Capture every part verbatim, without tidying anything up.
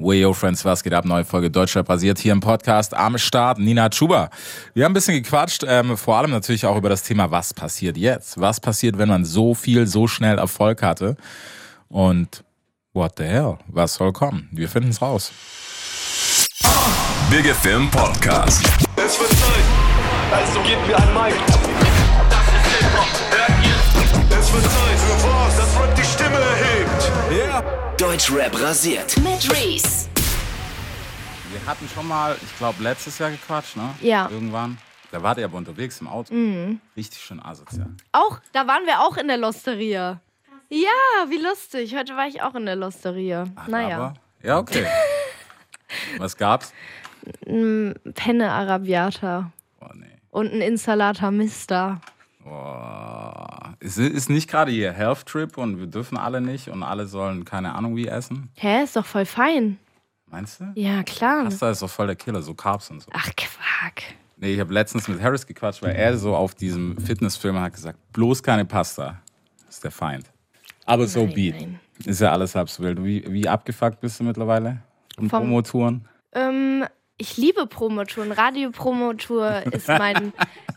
Wey, yo, Friends, was geht ab? Neue Folge Deutschrap basiert hier im Podcast am Start. Nina Chuba. Wir haben ein bisschen gequatscht, ähm, vor allem natürlich auch über das Thema, was passiert jetzt? Was passiert, wenn man so viel, so schnell Erfolg hatte? Und what the hell? Was soll kommen? Wir finden es raus. Big F M Podcast. Es wird Zeit, also gebt mir ein Mic. Das ist Hip-Hop, hört ihr? Es wird Zeit für was, das Rap die Stimme erhebt. Ja. Deutschrap rasiert. Mit Reese. Wir hatten schon mal, ich glaube, letztes Jahr gequatscht, ne? Ja. Irgendwann. Da wart ihr aber unterwegs im Auto. Mhm. Richtig schön asozial. Auch, da waren wir auch in der Losteria. Ja, wie lustig. Heute war ich auch in der Losteria. Ach, naja. Aber, ja, okay. Was gab's? Ein Penne Arabiata. Oh, nee. Und ein Insalata Mister. Oh. Es ist nicht gerade hier Health Trip und wir dürfen alle nicht und alle sollen keine Ahnung wie essen. Hä, ist doch voll fein. Meinst du? Ja, klar. Pasta ist doch voll der Killer, so Carbs und so. Ach, Quark. Nee, ich habe letztens mit Harris gequatscht, weil er so auf diesem Fitnessfilm hat gesagt, bloß keine Pasta. Das ist der Feind. Aber so Nein, beat. nein. Ist ja alles halb so wild. Wie, wie abgefuckt bist du mittlerweile? Und Vom- Promotouren? Ähm, ich liebe Promotouren. Radiopromotour ist mein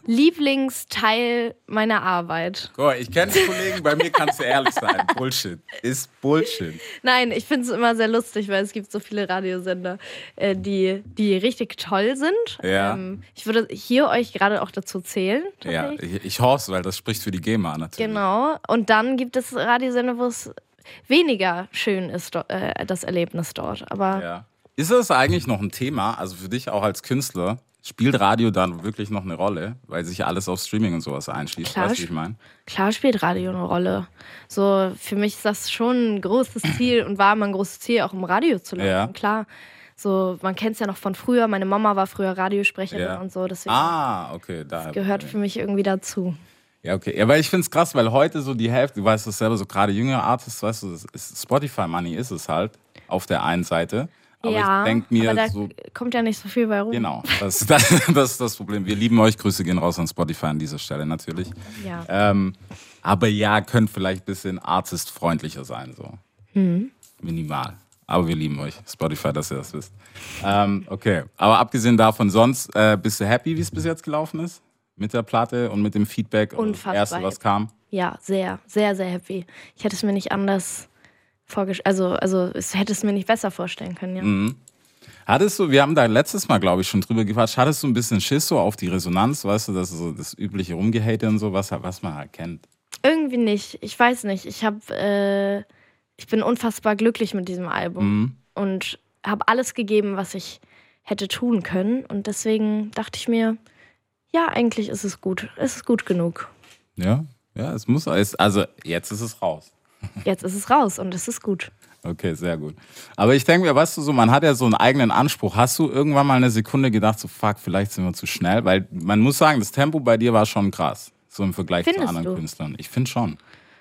Lieblingsteil meiner Arbeit. Guck mal, ich kenne die Kollegen, bei mir kannst du ehrlich sein. Bullshit. Ist Bullshit. Nein, ich finde es immer sehr lustig, weil es gibt so viele Radiosender, äh, die, die richtig toll sind. Ja. Ähm, ich würde hier euch gerade auch dazu zählen. Ja, tatsächlich. ich, ich hoffe, weil das spricht für die GEMA natürlich. Genau. Und dann gibt es Radiosender, wo es weniger schön ist, do- äh, das Erlebnis dort. Aber Ja. Ist das eigentlich noch ein Thema, also für dich auch als Künstler, spielt Radio dann wirklich noch eine Rolle, weil sich alles auf Streaming und sowas einschließt? Klar, Weißt du, wie ich meine? klar spielt Radio eine Rolle. So, für mich ist das schon ein großes Ziel und war immer ein großes Ziel, auch im Radio zu laufen. Ja. Klar. So, man kennt es ja noch von früher. Meine Mama war früher Radiosprecherin Ja. und so. Deswegen Ah, okay. Da gehört für mich irgendwie dazu. Ja, okay. Ja, weil ich finde es krass, weil heute so die Hälfte, du weißt das selber, so gerade jüngere Artists, weißt du, das ist Spotify Money ist es halt auf der einen Seite. Aber ja, ich denke mir aber da so, kommt ja nicht so viel bei rum. genau, das, das, das ist das Problem. Wir lieben euch, Grüße gehen raus an Spotify an dieser Stelle natürlich. Ja. Ähm, aber ja, könnt vielleicht ein bisschen artistfreundlicher sein, so. Mhm. Minimal. Aber wir lieben euch, Spotify, dass ihr das wisst. Ähm, okay, aber abgesehen davon, sonst äh, bist du happy, wie es bis jetzt gelaufen ist? Mit der Platte und mit dem Feedback und das Unfassbar Erste, was happy. kam? Ja, sehr, sehr, sehr happy. Ich hätte es mir nicht anders vorgestellt, also, also es hätte es mir nicht besser vorstellen können, ja. Mhm. Hattest du, wir haben da letztes Mal, glaube ich, schon drüber gequatscht, hattest du ein bisschen Schiss so auf die Resonanz, weißt du, das ist so das übliche Rumgehate und so, was, was man halt kennt? Irgendwie nicht. Ich weiß nicht. Ich habe, äh, ich bin unfassbar glücklich mit diesem Album Mhm. und habe alles gegeben, was ich hätte tun können. Und deswegen dachte ich mir, ja, eigentlich ist es gut. Es ist gut genug. Ja, ja, es muss, es, also jetzt ist es raus. Jetzt ist es raus und es ist gut. Okay, sehr gut. Aber ich denke mir, weißt du, so, man hat ja so einen eigenen Anspruch. Hast du irgendwann mal eine Sekunde gedacht, so fuck, vielleicht sind wir zu schnell? Weil man muss sagen, das Tempo bei dir war schon krass, so im Vergleich Findest zu anderen du? Künstlern. Ich finde schon.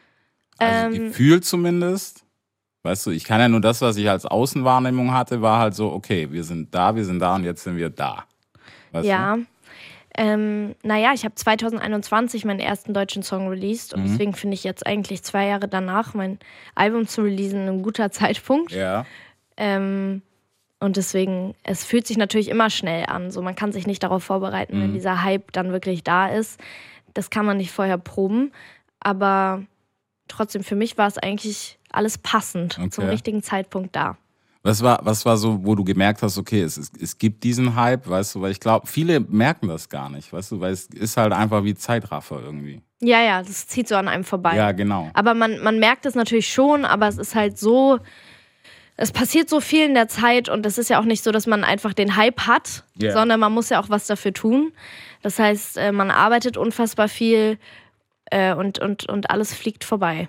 Also Ähm, gefühlt zumindest. Weißt du, ich kann ja nur das, was ich als Außenwahrnehmung hatte, war halt so, okay, wir sind da, wir sind da und jetzt sind wir da. Weißt ja. du? Ähm, naja, ich habe zwanzig einundzwanzig meinen ersten deutschen Song released und Mhm. deswegen finde ich jetzt eigentlich zwei Jahre danach mein Album zu releasen ein guter Zeitpunkt. Ja. Ähm, und deswegen, es fühlt sich natürlich immer schnell an. So, man kann sich nicht darauf vorbereiten, wenn Mhm. dieser Hype dann wirklich da ist. Das kann man nicht vorher proben. Aber trotzdem, für mich war es eigentlich alles passend Okay. zum richtigen Zeitpunkt da. Was war, was war so, wo du gemerkt hast, okay, es, es, es gibt diesen Hype, weißt du, weil ich glaube, viele merken das gar nicht, weißt du, weil es ist halt einfach wie Zeitraffer irgendwie. Ja, ja, das zieht so an einem vorbei. Ja, genau. Aber man, man merkt es natürlich schon, aber es ist halt so, es passiert so viel in der Zeit und es ist ja auch nicht so, dass man einfach den Hype hat, Ja. sondern man muss ja auch was dafür tun. Das heißt, äh, man arbeitet unfassbar viel äh, und, und, und alles fliegt vorbei.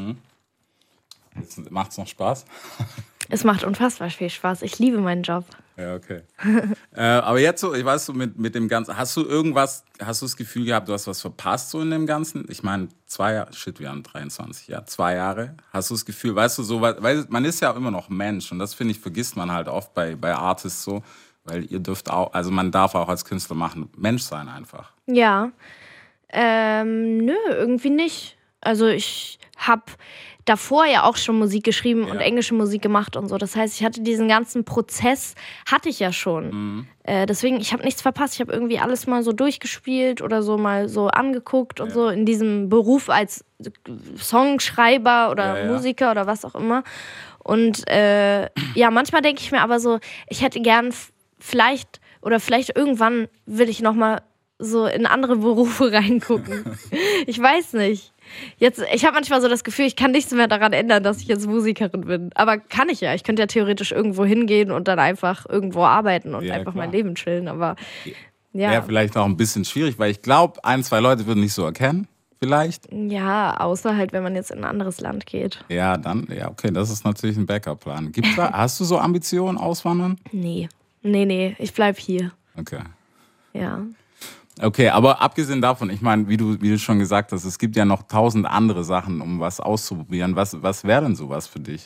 Jetzt macht's noch Spaß? Es macht unfassbar viel Spaß. Ich liebe meinen Job. Ja, okay. äh, aber jetzt so, ich weiß so, mit, mit dem Ganzen, hast du irgendwas, hast du das Gefühl gehabt, du hast was verpasst so in dem Ganzen? Ich meine, zwei Jahre, shit, wir haben dreiundzwanzig, ja, zwei Jahre. Hast du das Gefühl, weißt du, so, weil, weil man ist ja immer noch Mensch und das, finde ich, vergisst man halt oft bei, bei Artists so, weil ihr dürft auch, also man darf auch als Künstler machen, Mensch sein einfach. Ja. Ähm, nö, irgendwie nicht. Also ich habe davor ja auch schon Musik geschrieben Ja. und englische Musik gemacht und so. Das heißt, ich hatte diesen ganzen Prozess, hatte ich ja schon. Mhm. Äh, deswegen, ich habe nichts verpasst. Ich habe irgendwie alles mal so durchgespielt oder so mal so angeguckt und so in diesem Beruf als Songschreiber oder Ja, ja. Musiker oder was auch immer. Und äh, ja, manchmal denke ich mir aber so, ich hätte gern f- vielleicht oder vielleicht irgendwann will ich nochmal so in andere Berufe reingucken. Ich weiß nicht. Jetzt, ich habe manchmal so das Gefühl, ich kann nichts mehr daran ändern, dass ich jetzt Musikerin bin. Aber kann ich ja. Ich könnte ja theoretisch irgendwo hingehen und dann einfach irgendwo arbeiten und Ja, einfach klar. mein Leben chillen. Aber ja, Wäre vielleicht auch ein bisschen schwierig, weil ich glaube, ein, zwei Leute würden nicht so erkennen. Vielleicht. ja, außer halt, wenn man jetzt in ein anderes Land geht. Ja, dann, ja, okay, das ist natürlich ein Backup-Plan. Gibt's da, hast du so Ambitionen, auswandern? Nee. Nee, nee, ich bleib hier. Okay. Ja. Okay, aber abgesehen davon, ich meine, wie du, wie du schon gesagt hast, es gibt ja noch tausend andere Sachen, um was auszuprobieren. Was, was wäre denn sowas für dich?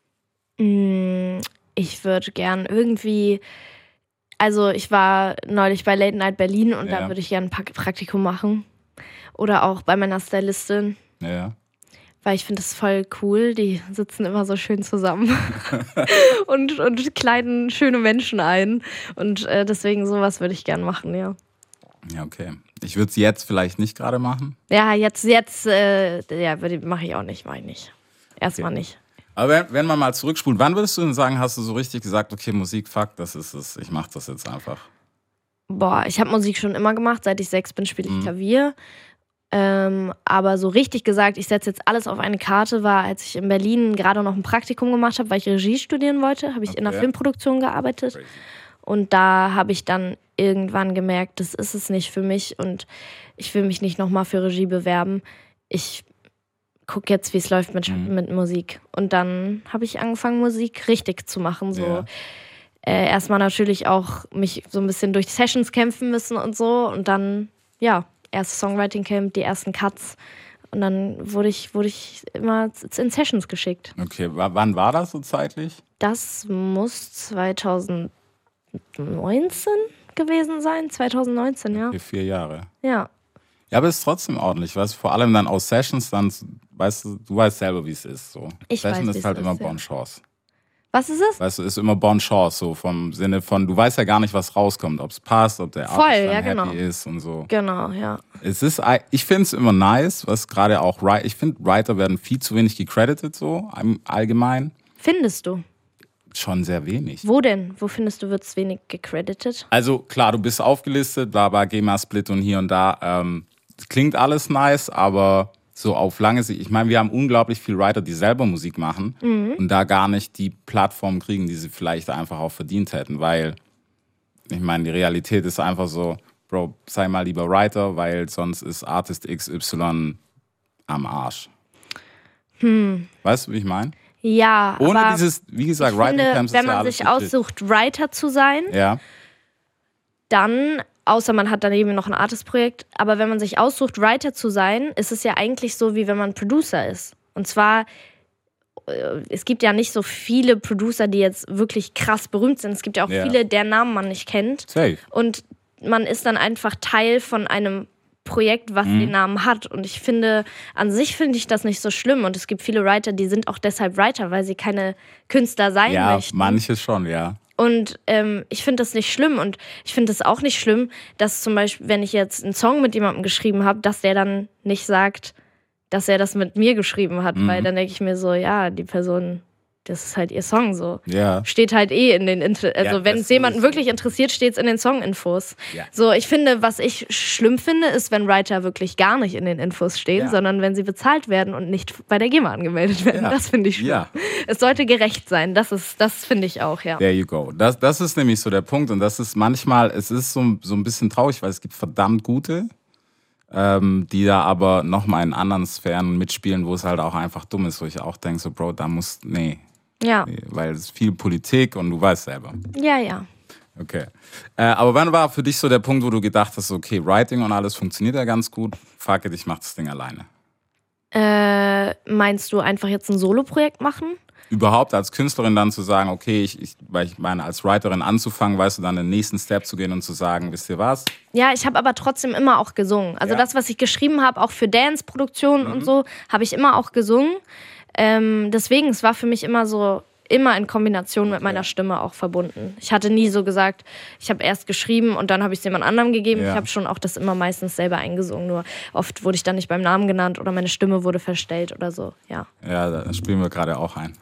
Mm, Ich würde gern irgendwie, also ich war neulich bei Late Night Berlin und Ja. da würde ich gern ein Pak- Praktikum machen. Oder auch bei meiner Stylistin, Ja. weil ich finde das voll cool. Die sitzen immer so schön zusammen und, und kleiden schöne Menschen ein. Und äh, deswegen sowas würde ich gern machen, ja. Ja, okay. Ich würde es jetzt vielleicht nicht gerade machen. Ja, jetzt, jetzt, äh, ja, mache ich auch nicht, mache ich nicht. Erstmal Okay. nicht. Aber wenn, wenn man mal zurückspult, wann würdest du denn sagen, hast du so richtig gesagt, okay, Musik, fuck, das ist es, ich mach das jetzt einfach? Boah, ich habe Musik schon immer gemacht. Seit ich sechs bin, spiele ich Klavier. Ähm, aber so richtig gesagt, ich setze jetzt alles auf eine Karte, war, als ich in Berlin gerade noch ein Praktikum gemacht habe, weil ich Regie studieren wollte, habe ich in einer Okay. Filmproduktion gearbeitet. Und da habe ich dann irgendwann gemerkt, das ist es nicht für mich und ich will mich nicht nochmal für Regie bewerben. Ich gucke jetzt, wie es läuft mit, mit Musik. Und dann habe ich angefangen, Musik richtig zu machen. So. Ja. Äh, erstmal natürlich auch mich so ein bisschen durch Sessions kämpfen müssen und so. Und dann, ja, erst Songwriting Camp, die ersten Cuts. Und dann wurde ich, wurde ich immer in Sessions geschickt. Okay, w- wann war das so zeitlich? Das muss zweitausendneunzehn gewesen sein. zweitausendneunzehn, ja. Okay, vier Jahre. Ja. Ja, aber es ist trotzdem ordentlich, weißt du, vor allem dann aus Sessions, dann, weißt du, du weißt selber, wie es ist, so. Ich Session weiß, wie ist es halt ist, immer ja. Bonne Chance. Was ist es? Weißt du, ist immer Bonne Chance, so vom Sinne von, du weißt ja gar nicht, was rauskommt, ob es passt, ob der Voll, Artist dann ja, happy genau. ist und so. Genau, ja. Es ist, ei- ich finde es immer nice, was gerade auch, Wri- ich finde, Writer werden viel zu wenig gecredited, so, im Allgemein. Findest du? Schon sehr wenig. Wo denn? Wo findest du, wird es wenig gecredited? Also klar, du bist aufgelistet, bla bla, GEMA-Split und hier und da. Ähm, klingt alles nice, aber so auf lange Sicht, ich meine, wir haben unglaublich viele Writer, die selber Musik machen und da gar nicht die Plattform kriegen, die sie vielleicht einfach auch verdient hätten, weil ich meine, die Realität ist einfach so, Bro, sei mal lieber Writer, weil sonst ist Artist X Y am Arsch. Weißt du, wie ich meine? Ja, Ohne aber dieses, wie gesagt, ich Writing finde, Camps wenn ist ja man alles sich legit. aussucht, Writer zu sein, Ja, dann, außer man hat daneben noch ein Artist-Projekt, aber wenn man sich aussucht, Writer zu sein, ist es ja eigentlich so, wie wenn man Producer ist. Und zwar, äh, es gibt ja nicht so viele Producer, die jetzt wirklich krass berühmt sind. Es gibt ja auch Ja. viele, deren Namen man nicht kennt. safe. Und man ist dann einfach Teil von einem Projekt, was Mhm. den Namen hat. Und ich finde, an sich finde ich das nicht so schlimm. Und es gibt viele Writer, die sind auch deshalb Writer, weil sie keine Künstler sein Ja, möchten. manche schon, ja. Und ähm, ich finde das nicht schlimm. Und ich finde es auch nicht schlimm, dass zum Beispiel, wenn ich jetzt einen Song mit jemandem geschrieben habe, dass der dann nicht sagt, dass er das mit mir geschrieben hat. Mhm. Weil dann denke ich mir so, ja, die Person, das ist halt ihr Song so. Ja. Steht halt eh in den, Inter also Ja, wenn das es jemanden sowieso. wirklich interessiert, steht es in den Song-Infos. Ja. So, ich finde, was ich schlimm finde, ist, wenn Writer wirklich gar nicht in den Infos stehen, Ja. sondern wenn sie bezahlt werden und nicht bei der GEMA angemeldet werden. Ja. Das finde ich schlimm. Ja. Es sollte gerecht sein, das ist, das finde ich auch, ja. There you go. Das, das ist nämlich so der Punkt. Und das ist manchmal, es ist so, so ein bisschen traurig, weil es gibt verdammt gute, ähm, die da aber nochmal in anderen Sphären mitspielen, wo es halt auch einfach dumm ist, wo ich auch denke, so Bro, da muss, nee, Ja, nee, weil es ist viel Politik und du weißt selber. ja, ja. Okay. Äh, aber wann war für dich so der Punkt, wo du gedacht hast, okay, Writing und alles funktioniert ja ganz gut, fuck it, ich mach das Ding alleine? Äh, meinst du einfach jetzt ein Solo-Projekt machen? Überhaupt als Künstlerin dann zu sagen, okay, ich, ich, weil ich meine, als Writerin anzufangen, weißt du, dann den nächsten Step zu gehen und zu sagen, wisst ihr was? Ja, ich habe aber trotzdem immer auch gesungen. Also Ja. das, was ich geschrieben habe, auch für Dance-Produktionen Mhm. und so, habe ich immer auch gesungen. Ähm, deswegen, es war für mich immer so, immer in Kombination mit meiner Stimme auch verbunden. Ich hatte nie so gesagt, ich habe erst geschrieben und dann habe ich es jemand anderem gegeben. Ja. Ich habe schon auch das immer meistens selber eingesungen. Nur oft wurde ich dann nicht beim Namen genannt oder meine Stimme wurde verstellt oder so. Ja, Ja, da spielen wir gerade auch ein.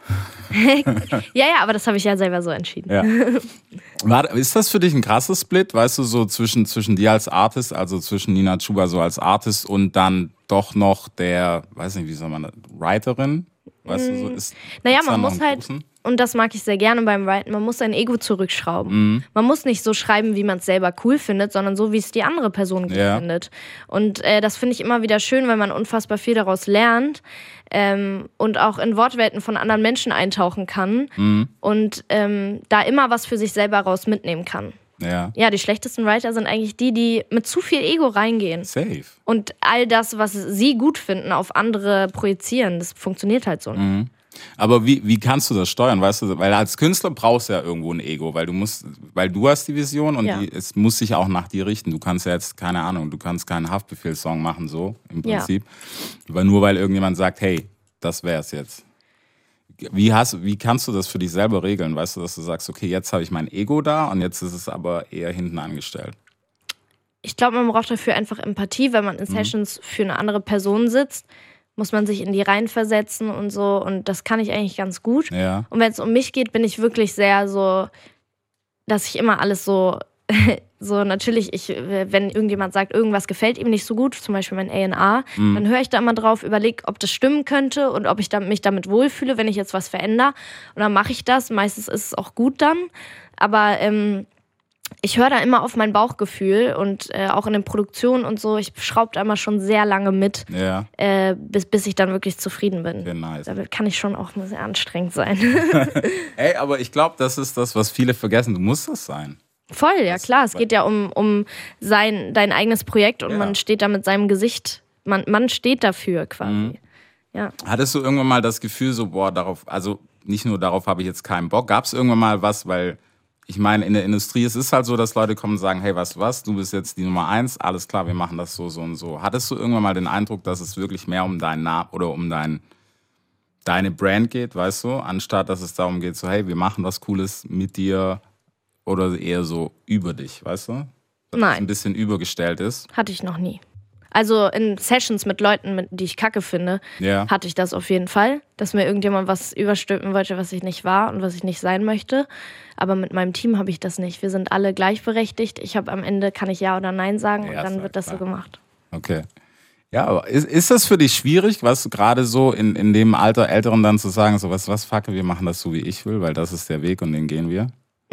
ja, ja, aber das habe ich ja selber so entschieden. Ja. War, ist das für dich ein krasses Split, weißt du, so zwischen, zwischen dir als Artist, also zwischen Nina Chuba so als Artist und dann doch noch der, weiß nicht, wie soll man das, Writerin? Weißt du, so ist. Naja, gibt's da man noch muss einen halt, großen? und das mag ich sehr gerne beim Writen, man muss sein Ego zurückschrauben. Mhm. Man muss nicht so schreiben, wie man es selber cool findet, sondern so, wie es die andere Person gut Ja. findet. Und äh, das finde ich immer wieder schön, weil man unfassbar viel daraus lernt ähm, und auch in Wortwelten von anderen Menschen eintauchen kann Mhm. und ähm, da immer was für sich selber raus mitnehmen kann. Ja, Ja, die schlechtesten Writer sind eigentlich die, die mit zu viel Ego reingehen safe. und all das, was sie gut finden, auf andere projizieren. Das funktioniert halt so nicht. Mhm. Aber wie, wie kannst du das steuern, weißt du? Weil als Künstler brauchst du ja irgendwo ein Ego, weil du musst, weil du hast die Vision und Ja. die, es muss sich auch nach dir richten. Du kannst ja jetzt, keine Ahnung, du kannst keinen Haftbefehlssong machen, so im Ja. Prinzip. Weil nur weil irgendjemand sagt, hey, das wär's jetzt. Wie, hast, wie kannst du das für dich selber regeln? Weißt du, dass du sagst, okay, jetzt habe ich mein Ego da und jetzt ist es aber eher hinten angestellt. Ich glaube, man braucht dafür einfach Empathie, wenn man in Sessions für eine andere Person sitzt, muss man sich in die Reihen versetzen und so und das kann ich eigentlich ganz gut. Ja. Und wenn es um mich geht, bin ich wirklich sehr so, dass ich immer alles so, so natürlich, ich, wenn irgendjemand sagt, irgendwas gefällt ihm nicht so gut, zum Beispiel mein A und R, Mhm. dann höre ich da immer drauf, überlege, ob das stimmen könnte und ob ich da, mich damit wohlfühle, wenn ich jetzt was verändere. Und dann mache ich das. Meistens ist es auch gut dann. Aber ähm, ich höre da immer auf mein Bauchgefühl und äh, auch in den Produktionen und so. Ich schraube da immer schon sehr lange mit, Ja, äh, bis, bis ich dann wirklich zufrieden bin. okay, nice. Da kann ich schon auch sehr anstrengend sein. Ey, aber ich glaube, das ist das, was viele vergessen. Du musst das sein. Voll, ja klar. Es geht ja um, um sein, dein eigenes Projekt und Ja. man steht da mit seinem Gesicht, man, man steht dafür quasi. Mhm. Ja. Hattest du irgendwann mal das Gefühl, so, boah, darauf, also nicht nur darauf habe ich jetzt keinen Bock. Gab es irgendwann mal was, weil ich meine, in der Industrie, es ist halt so, dass Leute kommen und sagen, hey, weißt du was, du bist jetzt die Nummer eins, alles klar, wir machen das so, so und so. Hattest du irgendwann mal den Eindruck, dass es wirklich mehr um deinen Namen oder um dein, deine Brand geht, weißt du, anstatt dass es darum geht, so, hey, wir machen was Cooles mit dir oder eher so über dich, weißt du? Dass es Nein. ein bisschen übergestellt ist. Hatte ich noch nie. Also in Sessions mit Leuten, mit, die ich kacke finde, Ja. hatte ich das auf jeden Fall, dass mir irgendjemand was überstülpen wollte, was ich nicht war und was ich nicht sein möchte. Aber mit meinem Team habe ich das nicht. Wir sind alle gleichberechtigt. Ich habe am Ende, kann ich Ja oder Nein sagen Ja, und dann ist wird das klar. so gemacht. Okay. Ja, aber ist, ist das für dich schwierig, was gerade so in, in dem Alter Älteren dann zu sagen, so was, was, fuck, wir machen das so, wie ich will, weil das ist der Weg und den gehen wir?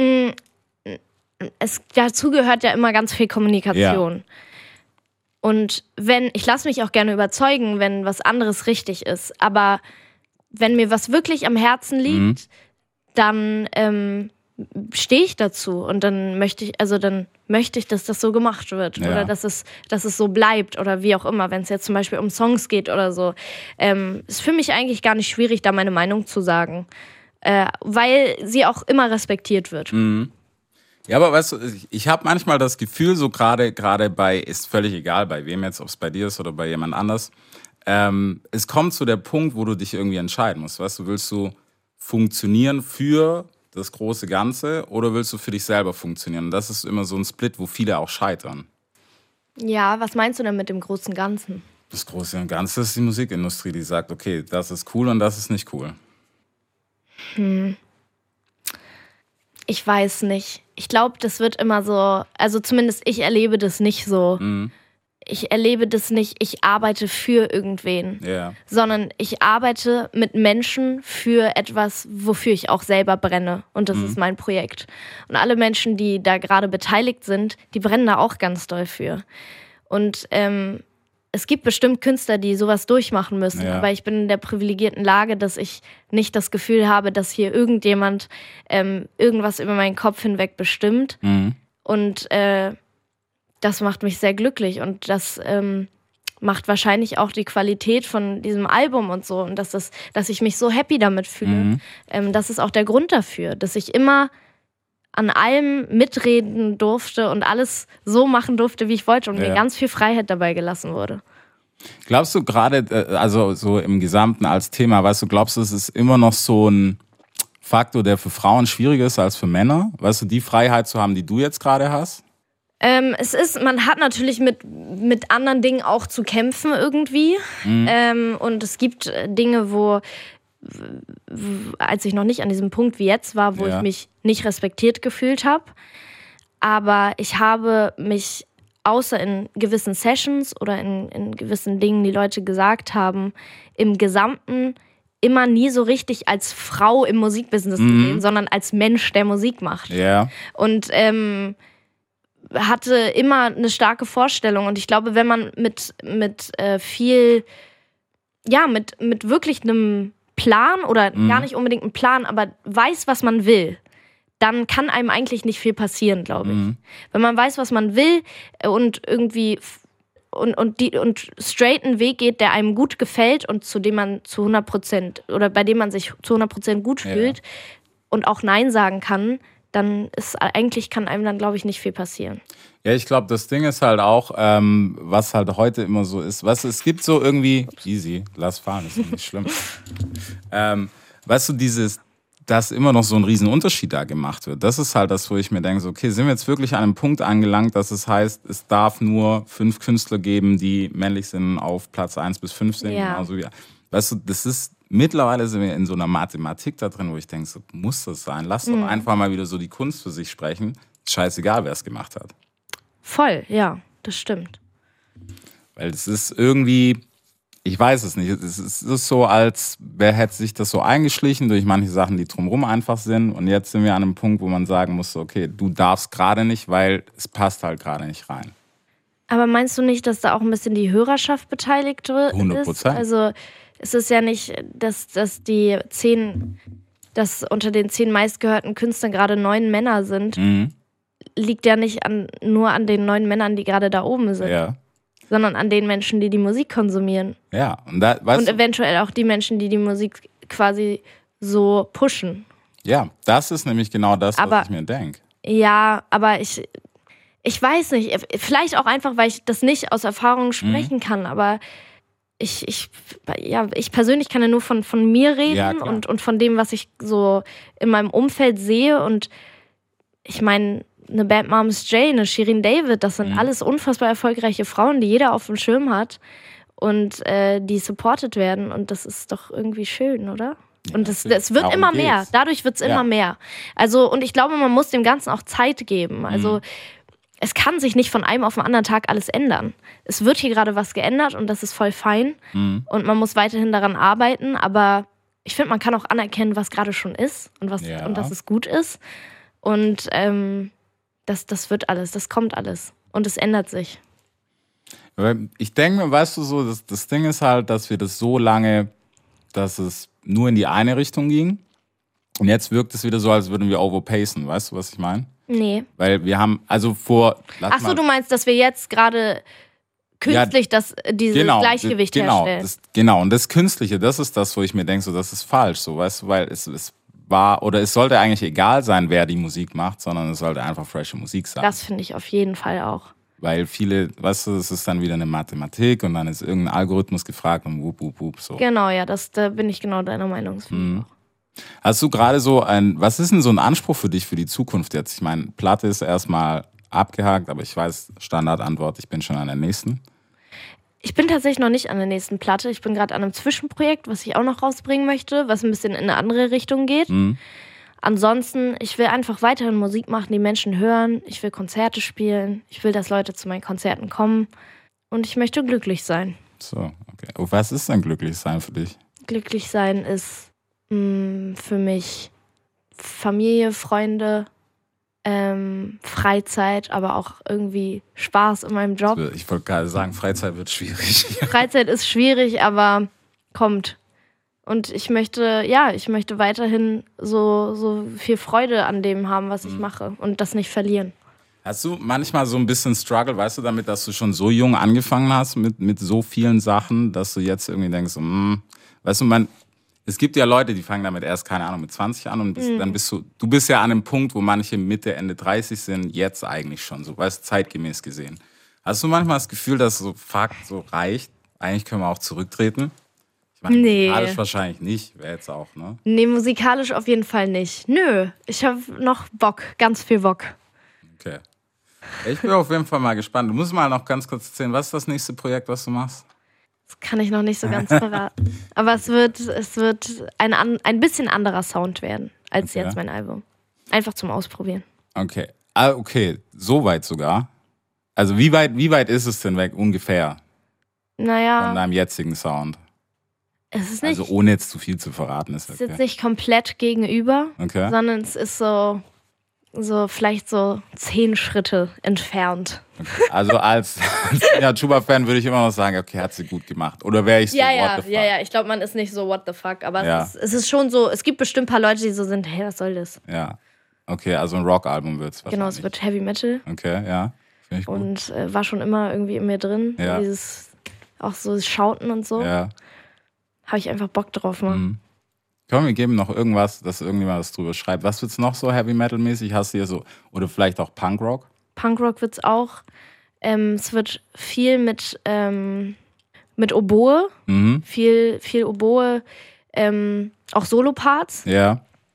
Es, dazu gehört ja immer ganz viel Kommunikation. Und wenn, ich lasse mich auch gerne überzeugen, wenn was anderes richtig ist, aber wenn mir was wirklich am Herzen liegt, Mhm. dann ähm, stehe ich dazu und dann möchte ich, also dann möchte ich, dass das so gemacht wird Ja. oder dass es, dass es so bleibt oder wie auch immer, wenn es jetzt zum Beispiel um Songs geht oder so. Ähm, ist für mich eigentlich gar nicht schwierig, da meine Meinung zu sagen, äh, weil sie auch immer respektiert wird. Mhm. Ja, aber weißt du, ich, ich habe manchmal das Gefühl, so gerade gerade bei, ist völlig egal, bei wem jetzt, ob es bei dir ist oder bei jemand anders, ähm, es kommt zu der Punkt, wo du dich irgendwie entscheiden musst. Weißt du, willst du funktionieren für das große Ganze oder willst du für dich selber funktionieren? Und das ist immer so ein Split, wo viele auch scheitern. Ja, was meinst du denn mit dem großen Ganzen? Das große und Ganze ist die Musikindustrie, die sagt, okay, das ist cool und das ist nicht cool. Ich weiß nicht. Ich glaube, das wird immer so, also zumindest ich erlebe das nicht so. Mhm. Ich erlebe das nicht, ich arbeite für irgendwen, Ja. sondern ich arbeite mit Menschen für etwas, wofür ich auch selber brenne. Und das ist mein Projekt. Und alle Menschen, die da gerade beteiligt sind, die brennen da auch ganz doll für. Und ähm, es gibt bestimmt Künstler, die sowas durchmachen müssen, Ja. aber ich bin in der privilegierten Lage, dass ich nicht das Gefühl habe, dass hier irgendjemand ähm, irgendwas über meinen Kopf hinweg bestimmt. Mhm. Und äh, das macht mich sehr glücklich und das ähm, macht wahrscheinlich auch die Qualität von diesem Album und so. Und dass, das, dass ich mich so happy damit fühle. Mhm. Ähm, das ist auch der Grund dafür, dass ich immer an allem mitreden durfte und alles so machen durfte, wie ich wollte. Und Ja. mir ganz viel Freiheit dabei gelassen wurde. Glaubst du gerade, äh, also so im Gesamten als Thema, weißt du, glaubst du, es ist immer noch so ein Faktor, der für Frauen schwieriger ist als für Männer? Weißt du, die Freiheit zu haben, die du jetzt gerade hast? Ähm, es ist, man hat natürlich mit, mit anderen Dingen auch zu kämpfen irgendwie. Mhm. Ähm, und es gibt äh, Dinge, wo, w- als ich noch nicht an diesem Punkt wie jetzt war, wo Ja. ich mich nicht respektiert gefühlt habe. Aber ich habe mich, außer in gewissen Sessions oder in, in gewissen Dingen, die Leute gesagt haben, im Gesamten immer nie so richtig als Frau im Musikbusiness gesehen, sondern als Mensch, der Musik macht. Ja. Und ähm, hatte immer eine starke Vorstellung. Und ich glaube, wenn man mit, mit äh, viel, ja, mit, mit wirklich einem Plan oder Mhm. gar nicht unbedingt einem Plan, aber weiß, was man will, dann kann einem eigentlich nicht viel passieren, glaube ich. Mhm. Wenn man weiß, was man will äh, und irgendwie f- und, und, die, und straight einen Weg geht, der einem gut gefällt und zu dem man zu hundert Prozent oder bei dem man sich zu hundert Prozent gut Ja. fühlt und auch Nein sagen kann, dann ist eigentlich kann einem dann, glaube ich, nicht viel passieren. Ja, ich glaube, das Ding ist halt auch, ähm, was halt heute immer so ist, weißt du, es gibt so irgendwie, easy, lass fahren, ist nicht schlimm. ähm, weißt du, dieses, dass immer noch so ein riesen Unterschied da gemacht wird, das ist halt das, wo ich mir denke, so, okay, sind wir jetzt wirklich an einem Punkt angelangt, dass es heißt, es darf nur fünf Künstler geben, die männlich sind, auf Platz eins bis fünf sind, Ja. genauso wie, weißt du, das ist, mittlerweile sind wir in so einer Mathematik da drin, wo ich denke, so, muss das sein? Lass doch einfach mal wieder so die Kunst für sich sprechen, scheißegal, wer es gemacht hat. Voll, ja, das stimmt. Weil es ist irgendwie, ich weiß es nicht, es ist, es ist so, als wer hätte sich das so eingeschlichen durch manche Sachen, die drumherum einfach sind. Und jetzt sind wir an einem Punkt, wo man sagen muss, okay, du darfst gerade nicht, weil es passt halt gerade nicht rein. Aber meinst du nicht, dass da auch ein bisschen die Hörerschaft beteiligt wird? hundert Prozent. Also es ist ja nicht, dass, dass die zehn, dass unter den zehn meistgehörten Künstlern gerade neun Männer sind, Mhm. liegt ja nicht an, nur an den neun Männern, die gerade da oben sind, Ja. sondern an den Menschen, die die Musik konsumieren. Ja. Und, da, weißt Und du, eventuell auch die Menschen, die die Musik quasi so pushen. ja, das ist nämlich genau das, Aber- was ich mir denke. Ja, aber ich, ich weiß nicht, vielleicht auch einfach, weil ich das nicht aus Mhm. Erfahrung sprechen kann, aber ich, ich, ja, ich persönlich kann ja nur von, von mir reden Ja, klar. und, und von dem, was ich so in meinem Umfeld sehe. Und ich meine, eine Bad Moms J, eine Shirin David, das sind Mhm. alles unfassbar erfolgreiche Frauen, die jeder auf dem Schirm hat und äh, die supported werden. Und das ist doch irgendwie schön, oder? Und das, das wird Darum immer mehr. geht's. Dadurch wird es Ja. immer mehr. Also, und ich glaube, man muss dem Ganzen auch Zeit geben. Also, Mhm. es kann sich nicht von einem auf den anderen Tag alles ändern. Es wird hier gerade was geändert und das ist voll fein. Mhm. Und man muss weiterhin daran arbeiten. Aber ich finde, man kann auch anerkennen, was gerade schon ist und, was, Ja. und dass es gut ist. Und ähm, das, das wird alles, das kommt alles. Und es ändert sich. Weil ich denke mir, weißt du so, das, das Ding ist halt, dass wir das so lange, dass es nur in die eine Richtung ging. Und jetzt wirkt es wieder so, als würden wir overpacen. Weißt du, was ich meine? Nee. Weil wir haben, also vor. lass Ach so, mal- du meinst, dass wir jetzt gerade künstlich das, dieses genau, Gleichgewicht genau, herstellen. das, genau, und das Künstliche, das ist das, wo ich mir denke, so, das ist falsch, so, weißt du, weil es, es war, oder es sollte eigentlich egal sein, wer die Musik macht, sondern es sollte einfach frische Musik sein. Das finde ich auf jeden Fall auch. Weil viele, weißt du, es ist dann wieder eine Mathematik und dann ist irgendein Algorithmus gefragt und wup, wup, wup, so. Genau, ja, das, da bin ich genau deiner Meinung. Das finde ich auch. Hast du gerade so ein, was ist denn so ein Anspruch für dich für die Zukunft jetzt? Ich meine, Platte ist erstmal abgehakt, aber ich weiß, Standardantwort, ich bin schon an der nächsten. Ich bin tatsächlich noch nicht an der nächsten Platte. Ich bin gerade an einem Zwischenprojekt, was ich auch noch rausbringen möchte, was ein bisschen in eine andere Richtung geht. Mhm. Ansonsten, ich will einfach weiterhin Musik machen, die Menschen hören. Ich will Konzerte spielen. Ich will, dass Leute zu meinen Konzerten kommen. Und ich möchte glücklich sein. So, okay. Und was ist denn glücklich sein für dich? Glücklich sein ist mh, für mich Familie, Freunde, ähm, Freizeit, aber auch irgendwie Spaß in meinem Job. Ich wollte gerade sagen, Freizeit wird schwierig. Freizeit ist schwierig, aber kommt. Und ich möchte, ja, ich möchte weiterhin so, so viel Freude an dem haben, was ich mache und das nicht verlieren. Hast du manchmal so ein bisschen Struggle, weißt du, damit, dass du schon so jung angefangen hast mit, mit so vielen Sachen, dass du jetzt irgendwie denkst, mm, weißt du, man, es gibt ja Leute, die fangen damit erst, keine Ahnung, mit zwanzig an und bist, mhm. dann bist du, du bist ja an einem Punkt, wo manche Mitte, Ende dreißig sind, jetzt eigentlich schon so, weißt du, zeitgemäß gesehen. Hast du manchmal das Gefühl, dass so, fuck, so reicht, eigentlich können wir auch zurücktreten? Ich meine, nee. musikalisch wahrscheinlich nicht, wäre jetzt auch, ne? Nee, musikalisch auf jeden Fall nicht. Nö, ich habe noch Bock, ganz viel Bock. Okay. Ich bin auf jeden Fall mal gespannt. Du musst mal noch ganz kurz erzählen, was ist das nächste Projekt, was du machst? Das kann ich noch nicht so ganz verraten. Aber es wird, es wird ein, ein bisschen anderer Sound werden als okay. jetzt mein Album. Einfach zum Ausprobieren. Okay. Ah, okay, so weit sogar. Also wie weit, wie weit ist es denn weg ungefähr naja, von deinem jetzigen Sound? Es ist nicht, also ohne jetzt zu viel zu verraten. Ist es ist okay. jetzt nicht komplett gegenüber, okay. sondern es ist so, so vielleicht so zehn Schritte entfernt. Okay. Also als, als ja, Chuba-Fan würde ich immer noch sagen, okay, hat sie gut gemacht. Oder wäre ich so, ja, what ja, the fuck? Ja, ja, ich glaube, man ist nicht so what the fuck, aber ja. es, ist, es ist schon so, es gibt bestimmt ein paar Leute, die so sind, hey, was soll das? Ja, okay, also ein Rock-Album wird es wahrscheinlich. Genau, es wird Heavy Metal. Okay, ja, finde ich gut. Und äh, war schon immer irgendwie in mir drin, ja. dieses, auch so Schauten und so. Ja. Habe ich einfach Bock drauf, Mann. Mhm. Komm, wir geben noch irgendwas, dass irgendjemand was drüber schreibt. Was wird's noch so Heavy Metal mäßig? Hast du hier so, oder vielleicht auch Punkrock? Punkrock wird's auch. Ähm, es wird viel mit, ähm, mit Oboe, Mhm. viel, viel Oboe, ähm, auch Soloparts. Ja.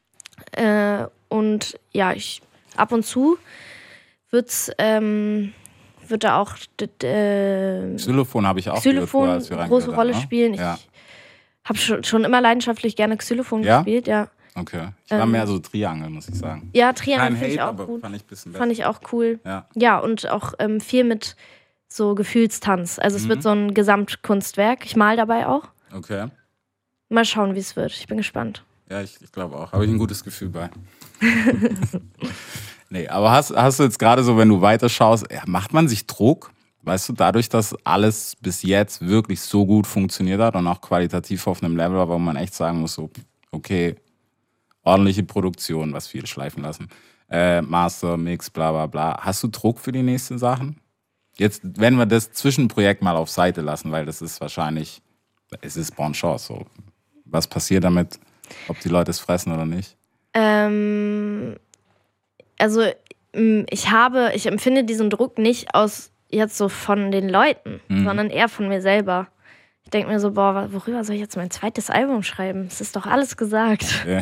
Äh, und ja, ich ab und zu wird's, ähm, wird da auch d- d- äh, Xylophon habe ich auch Xylophon gehört, als wir eine große reingehört Rolle haben, ne? spielen. Ich Ja. habe schon, schon immer leidenschaftlich gerne Xylophon Ja? gespielt, ja. Okay. Ich war Ähm, mehr so Triangel, muss ich sagen. Ja, Triangel Kein finde ich Hate, auch aber gut. fand ich ein bisschen besser. Fand ich auch cool. Ja. Ja, und auch ähm, viel mit so Gefühlstanz. Also es Mhm. wird so ein Gesamtkunstwerk. Ich mal dabei auch. Okay. Mal schauen, wie es wird. Ich bin gespannt. Ja, ich, ich glaube auch. Habe ich ein gutes Gefühl bei. Nee, aber hast, hast du jetzt gerade so, wenn du weiterschaust, ja, macht man sich Druck? Weißt du, dadurch, dass alles bis jetzt wirklich so gut funktioniert hat und auch qualitativ auf einem Level war, wo man echt sagen muss, so, okay, ordentliche Produktion, was viele schleifen lassen. Äh, Master, Mix, bla bla bla. Hast du Druck für die nächsten Sachen? Jetzt, wenn wir das Zwischenprojekt mal auf Seite lassen, weil das ist wahrscheinlich, es ist Bon Chance. So. Was passiert damit, ob die Leute es fressen oder nicht? Ähm, also m, ich habe, ich empfinde diesen Druck nicht aus jetzt so von den Leuten, Mhm. sondern eher von mir selber. Ich denke mir so, boah, worüber soll ich jetzt mein zweites Album schreiben? Es ist doch alles gesagt. Ja.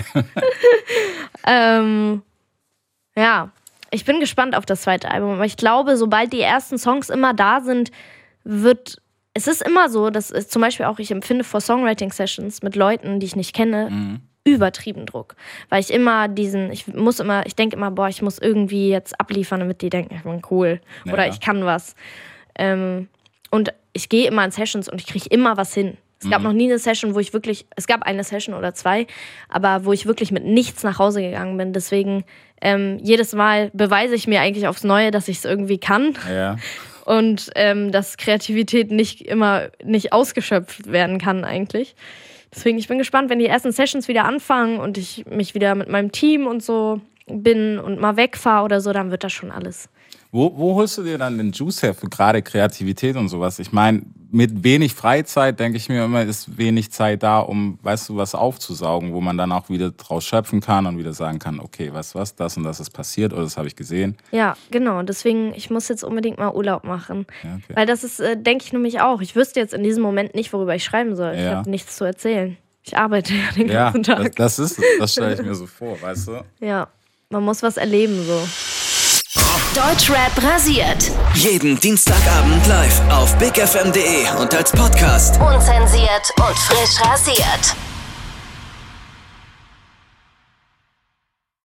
ähm, ja, ich bin gespannt auf das zweite Album, aber ich glaube, sobald die ersten Songs immer da sind, wird, es ist immer so, dass es zum Beispiel auch, ich empfinde vor Songwriting-Sessions mit Leuten, die ich nicht kenne, Mhm. übertrieben Druck. Weil ich immer diesen, ich muss immer, ich denke immer, boah, ich muss irgendwie jetzt abliefern, damit die denken, ich bin cool Ja. oder ich kann was. Ähm, und ich gehe immer in Sessions und ich kriege immer was hin. Es gab Mhm. noch nie eine Session, wo ich wirklich, es gab eine Session oder zwei, aber wo ich wirklich mit nichts nach Hause gegangen bin. Deswegen ähm, jedes Mal beweise ich mir eigentlich aufs Neue, dass ich es irgendwie kann Ja. und ähm, dass Kreativität nicht immer nicht ausgeschöpft werden kann eigentlich. Deswegen, ich bin gespannt, wenn die ersten Sessions wieder anfangen und ich mich wieder mit meinem Team und so bin und mal wegfahre oder so, dann wird das schon alles. Wo, wo holst du dir dann den Juice her für gerade Kreativität und sowas? Ich meine, mit wenig Freizeit, denke ich mir immer, ist wenig Zeit da, um, weißt du, was aufzusaugen, wo man dann auch wieder draus schöpfen kann und wieder sagen kann, okay, weißt du was, das und das ist passiert oder das habe ich gesehen. Ja, genau. Und deswegen, ich muss jetzt unbedingt mal Urlaub machen. Ja, okay. Weil das ist, äh, denke ich nämlich auch. Ich wüsste jetzt in diesem Moment nicht, worüber ich schreiben soll. Ich Ja. habe nichts zu erzählen. Ich arbeite ja den Ja, ganzen das, Tag. das ist es. Das stelle ich mir so vor, weißt du? Ja, man muss was erleben so. Deutschrap rasiert. Jeden Dienstagabend live auf bigfm punkt de und als Podcast. Unzensiert und frisch rasiert.